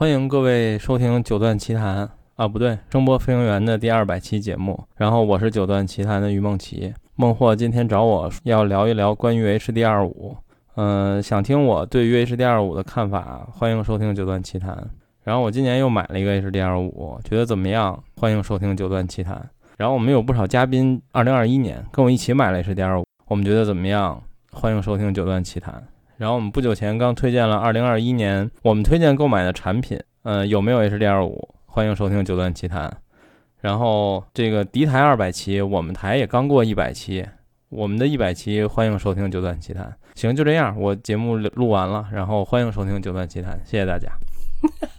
欢迎各位收听九段奇谈啊，不对，声波飞行员的第200期节目。然后我是九段奇谈的于梦琪，孟获今天找我要聊一聊关于 HD25。想听我对于 HD25 的看法，欢迎收听九段奇谈。然后我今年又买了一个 HD25，觉得怎么样？欢迎收听九段奇谈。然后我们有不少嘉宾2021年跟我一起买了 HD25，我们觉得怎么样？欢迎收听九段奇谈。然后我们不久前刚推荐了2021年我们推荐购买的产品，有没有 HD25？ 欢迎收听九段奇谈。然后这个敌台200期，我们台也刚过100期，我们的100期欢迎收听九段奇谈。行，就这样，我节目录完了，然后欢迎收听九段奇谈，谢谢大家。